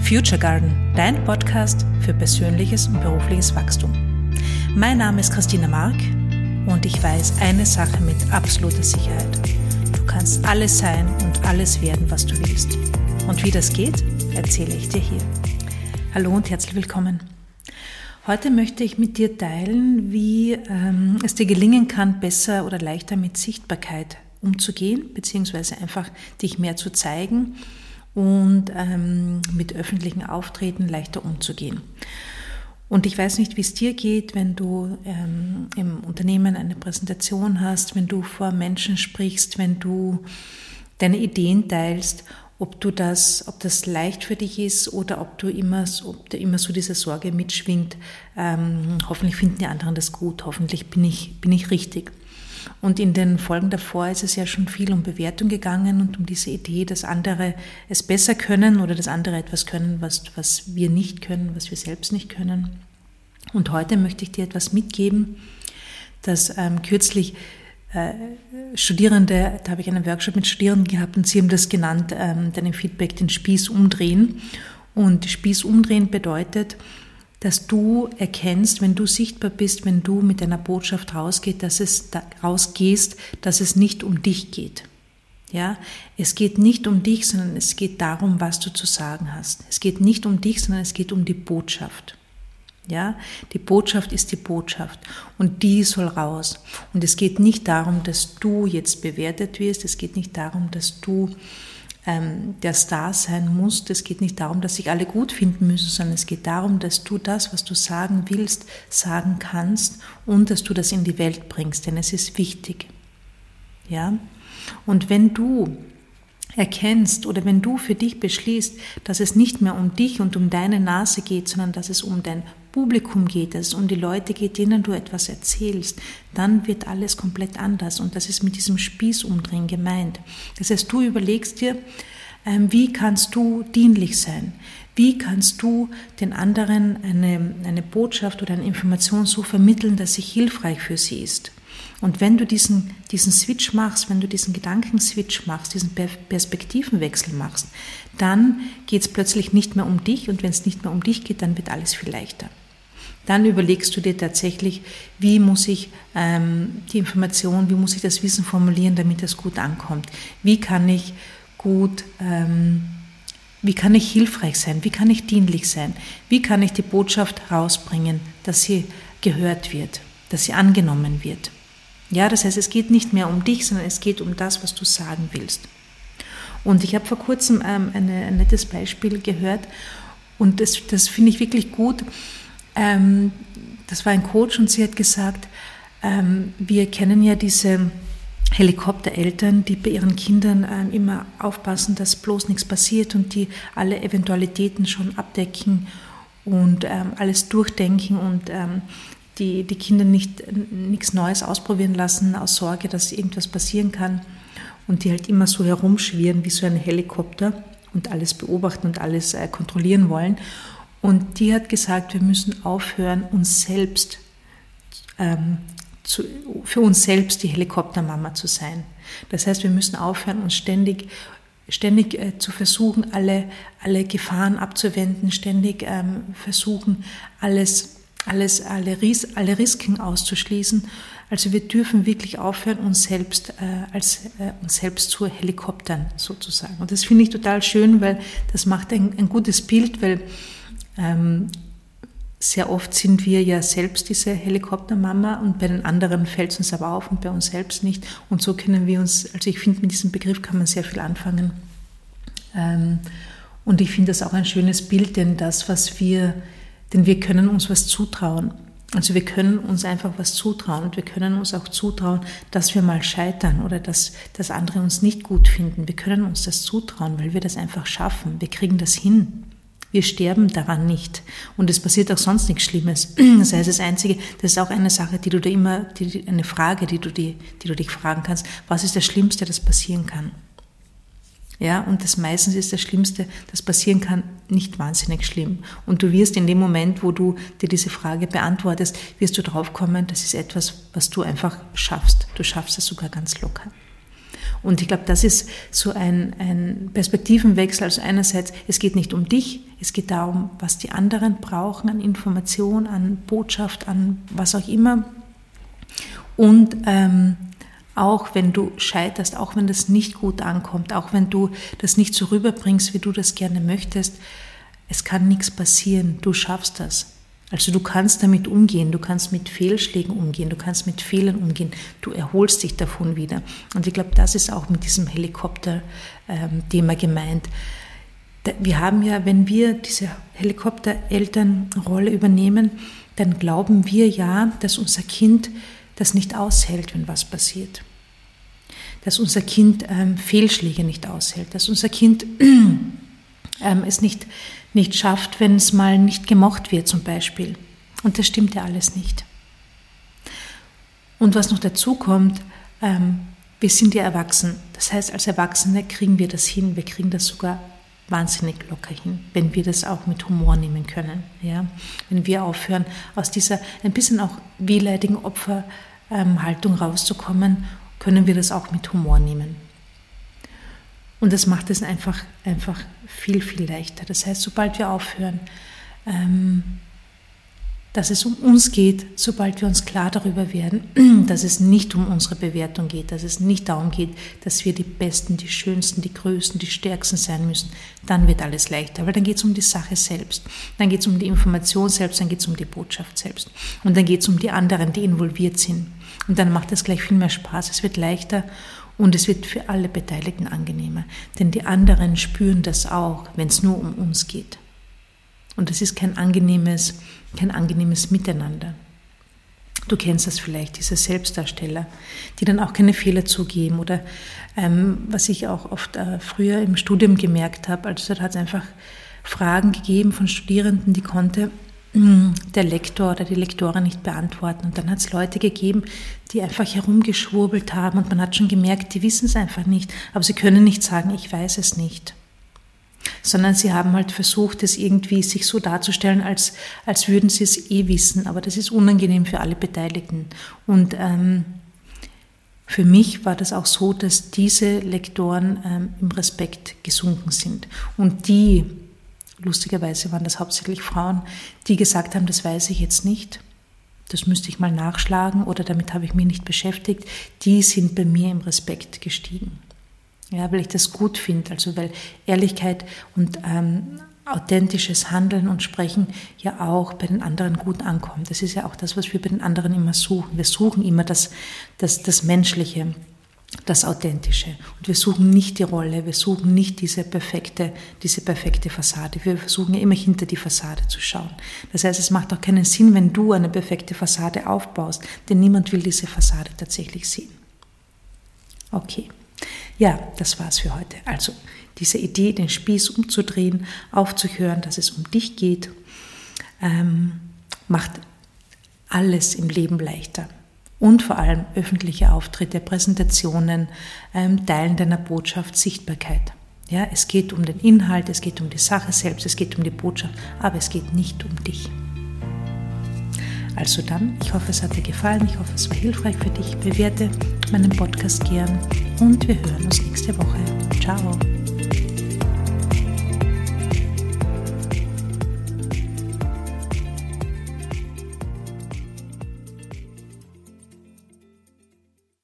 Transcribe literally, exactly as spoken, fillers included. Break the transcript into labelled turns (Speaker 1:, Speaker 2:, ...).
Speaker 1: Future Garden, dein Podcast für persönliches und berufliches Wachstum. Mein Name ist Christina Mark und ich weiß eine Sache mit absoluter Sicherheit. Du kannst alles sein und alles werden, was du willst. Und wie das geht, erzähle ich dir hier. Hallo und herzlich willkommen. Heute möchte ich mit dir teilen, wie ähm, es dir gelingen kann, besser oder leichter mit Sichtbarkeit umzugehen, beziehungsweise einfach dich mehr zu zeigen und ähm, mit öffentlichen Auftreten leichter umzugehen. Und ich weiß nicht, wie es dir geht, wenn du ähm, im Unternehmen eine Präsentation hast, wenn du vor Menschen sprichst, wenn du deine Ideen teilst, ob du das, ob das leicht für dich ist oder ob du immer, ob da immer so diese Sorge mitschwingt. Ähm, hoffentlich finden die anderen das gut, hoffentlich bin ich, bin ich richtig. Und in den Folgen davor ist es ja schon viel um Bewertung gegangen und um diese Idee, dass andere es besser können oder dass andere etwas können, was, was wir nicht können, was wir selbst nicht können. Und heute möchte ich dir etwas mitgeben, das ähm, kürzlich äh, Studierende, da habe ich einen Workshop mit Studierenden gehabt und sie haben das genannt, ähm, dann im Feedback den Spieß umdrehen. Und Spieß umdrehen bedeutet, dass du erkennst, wenn du sichtbar bist, wenn du mit deiner Botschaft rausgeht, dass es da rausgehst, dass es nicht um dich geht. Ja, es geht nicht um dich, sondern es geht darum, was du zu sagen hast. Es geht nicht um dich, sondern es geht um die Botschaft. Ja, die Botschaft ist die Botschaft und die soll raus. Und es geht nicht darum, dass du jetzt bewertet wirst. Es geht nicht darum, dass du ähm, der Star sein musst. Es geht nicht darum, dass sich alle gut finden müssen, sondern es geht darum, dass du das, was du sagen willst, sagen kannst und dass du das in die Welt bringst, denn es ist wichtig. Ja? Und wenn du erkennst oder wenn du für dich beschließt, dass es nicht mehr um dich und um deine Nase geht, sondern dass es um dein Publikum geht, dass es um die Leute geht, denen du etwas erzählst, dann wird alles komplett anders und das ist mit diesem Spießumdrehen gemeint. Das heißt, du überlegst dir, wie kannst du dienlich sein? Wie kannst du den anderen eine, eine Botschaft oder eine Information so vermitteln, dass sie hilfreich für sie ist? Und wenn du diesen, diesen Switch machst, wenn du diesen Gedankenswitch machst, diesen Perspektivenwechsel machst, dann geht es plötzlich nicht mehr um dich und wenn es nicht mehr um dich geht, dann wird alles viel leichter. Dann überlegst du dir tatsächlich, wie muss ich ähm, die Information, wie muss ich das Wissen formulieren, damit es gut ankommt. Wie kann ich gut, ähm, wie kann ich hilfreich sein, wie kann ich dienlich sein, wie kann ich die Botschaft rausbringen, dass sie gehört wird, dass sie angenommen wird. Ja, das heißt, es geht nicht mehr um dich, sondern es geht um das, was du sagen willst. Und ich habe vor kurzem ähm, eine, ein nettes Beispiel gehört und das, das finde ich wirklich gut. Ähm, das war ein Coach und sie hat gesagt, ähm, wir kennen ja diese Helikoptereltern, die bei ihren Kindern ähm, immer aufpassen, dass bloß nichts passiert und die alle Eventualitäten schon abdecken und ähm, alles durchdenken und ähm, die, die Kinder nicht nichts Neues ausprobieren lassen aus Sorge, dass irgendwas passieren kann und die halt immer so herumschwirren wie so ein Helikopter und alles beobachten und alles äh, kontrollieren wollen. Und die hat gesagt, wir müssen aufhören, uns selbst ähm, zu, für uns selbst die Helikoptermama zu sein. Das heißt, wir müssen aufhören, uns ständig ständig äh, zu versuchen, alle, alle Gefahren abzuwenden, ständig ähm, versuchen, alles Alles, alle, Ries, alle Risiken auszuschließen. Also wir dürfen wirklich aufhören, uns selbst äh, als äh, uns selbst zu Helikoptern sozusagen. Und das finde ich total schön, weil das macht ein, ein gutes Bild, weil ähm, sehr oft sind wir ja selbst diese Helikoptermama und bei den anderen fällt es uns aber auf und bei uns selbst nicht. Und so können wir uns, also ich finde, mit diesem Begriff kann man sehr viel anfangen. Ähm, und ich finde das auch ein schönes Bild, denn das, was wir Denn wir können uns was zutrauen. Also wir können uns einfach was zutrauen und wir können uns auch zutrauen, dass wir mal scheitern oder dass, dass andere uns nicht gut finden. Wir können uns das zutrauen, weil wir das einfach schaffen. Wir kriegen das hin. Wir sterben daran nicht. Und es passiert auch sonst nichts Schlimmes. Das heißt, das Einzige, das ist auch eine Sache, die du dir immer, die, eine Frage, die du, die, die du dich fragen kannst. Was ist das Schlimmste, das passieren kann? Ja, und das meistens ist das Schlimmste, das passieren kann, nicht wahnsinnig schlimm. Und du wirst in dem Moment, wo du dir diese Frage beantwortest, wirst du drauf kommen, das ist etwas, was du einfach schaffst. Du schaffst es sogar ganz locker. Und ich glaube, das ist so ein, ein Perspektivenwechsel. Also einerseits, es geht nicht um dich, es geht darum, was die anderen brauchen an Information, an Botschaft, an was auch immer. Und ähm, auch wenn du scheiterst, auch wenn das nicht gut ankommt, auch wenn du das nicht so rüberbringst, wie du das gerne möchtest, es kann nichts passieren, du schaffst das. Also du kannst damit umgehen, du kannst mit Fehlschlägen umgehen, du kannst mit Fehlern umgehen, du erholst dich davon wieder. Und ich glaube, das ist auch mit diesem Helikopter-Thema gemeint. Wir haben ja, wenn wir diese Helikopter-Elternrolle übernehmen, dann glauben wir ja, dass unser Kind das nicht aushält, wenn was passiert. Dass unser Kind ähm, Fehlschläge nicht aushält, dass unser Kind ähm, es nicht, nicht schafft, wenn es mal nicht gemocht wird zum Beispiel. Und das stimmt ja alles nicht. Und was noch dazu kommt, ähm, wir sind ja erwachsen. Das heißt, als Erwachsene kriegen wir das hin, wir kriegen das sogar wahnsinnig locker hin, wenn wir das auch mit Humor nehmen können. Ja? Wenn wir aufhören, aus dieser ein bisschen auch wehleidigen Opferhaltung rauszukommen, können wir das auch mit Humor nehmen. Und das macht es einfach, einfach viel, viel leichter. Das heißt, sobald wir aufhören, ähm, dass es um uns geht, sobald wir uns klar darüber werden, dass es nicht um unsere Bewertung geht, dass es nicht darum geht, dass wir die Besten, die Schönsten, die Größten, die Stärksten sein müssen, dann wird alles leichter, weil dann geht es um die Sache selbst, dann geht es um die Information selbst, dann geht es um die Botschaft selbst und dann geht es um die anderen, die involviert sind und dann macht es gleich viel mehr Spaß, es wird leichter und es wird für alle Beteiligten angenehmer, denn die anderen spüren das auch, wenn es nur um uns geht. Und es ist kein angenehmes, kein angenehmes Miteinander. Du kennst das vielleicht, diese Selbstdarsteller, die dann auch keine Fehler zugeben. Oder ähm, was ich auch oft äh, früher im Studium gemerkt habe, also da hat es einfach Fragen gegeben von Studierenden, die konnte mh, der Lektor oder die Lektorin nicht beantworten. Und dann hat es Leute gegeben, die einfach herumgeschwurbelt haben und man hat schon gemerkt, die wissen es einfach nicht, aber sie können nicht sagen, ich weiß es nicht. Sondern sie haben halt versucht, es irgendwie sich so darzustellen, als, als würden sie es eh wissen. Aber das ist unangenehm für alle Beteiligten. Und ähm, für mich war das auch so, dass diese Lektoren ähm, im Respekt gesunken sind. Und die, lustigerweise waren das hauptsächlich Frauen, die gesagt haben, das weiß ich jetzt nicht, das müsste ich mal nachschlagen oder damit habe ich mich nicht beschäftigt, die sind bei mir im Respekt gestiegen. Ja, weil ich das gut finde, also weil Ehrlichkeit und ähm, authentisches Handeln und Sprechen ja auch bei den anderen gut ankommt. Das ist ja auch das, was wir bei den anderen immer suchen. Wir suchen immer das, das, das Menschliche, das Authentische. Und wir suchen nicht die Rolle, wir suchen nicht diese perfekte, diese perfekte Fassade. Wir versuchen ja immer hinter die Fassade zu schauen. Das heißt, es macht auch keinen Sinn, wenn du eine perfekte Fassade aufbaust, denn niemand will diese Fassade tatsächlich sehen. Okay. Ja, das war's für heute. Also diese Idee, den Spieß umzudrehen, aufzuhören, dass es um dich geht, ähm, macht alles im Leben leichter. Und vor allem öffentliche Auftritte, Präsentationen, ähm, Teilen deiner Botschaft, Sichtbarkeit. Ja, es geht um den Inhalt, es geht um die Sache selbst, es geht um die Botschaft, aber es geht nicht um dich. Also dann, ich hoffe, es hat dir gefallen, ich hoffe, es war hilfreich für dich. Bewerte meinen Podcast gern und wir hören uns nächste Woche. Ciao!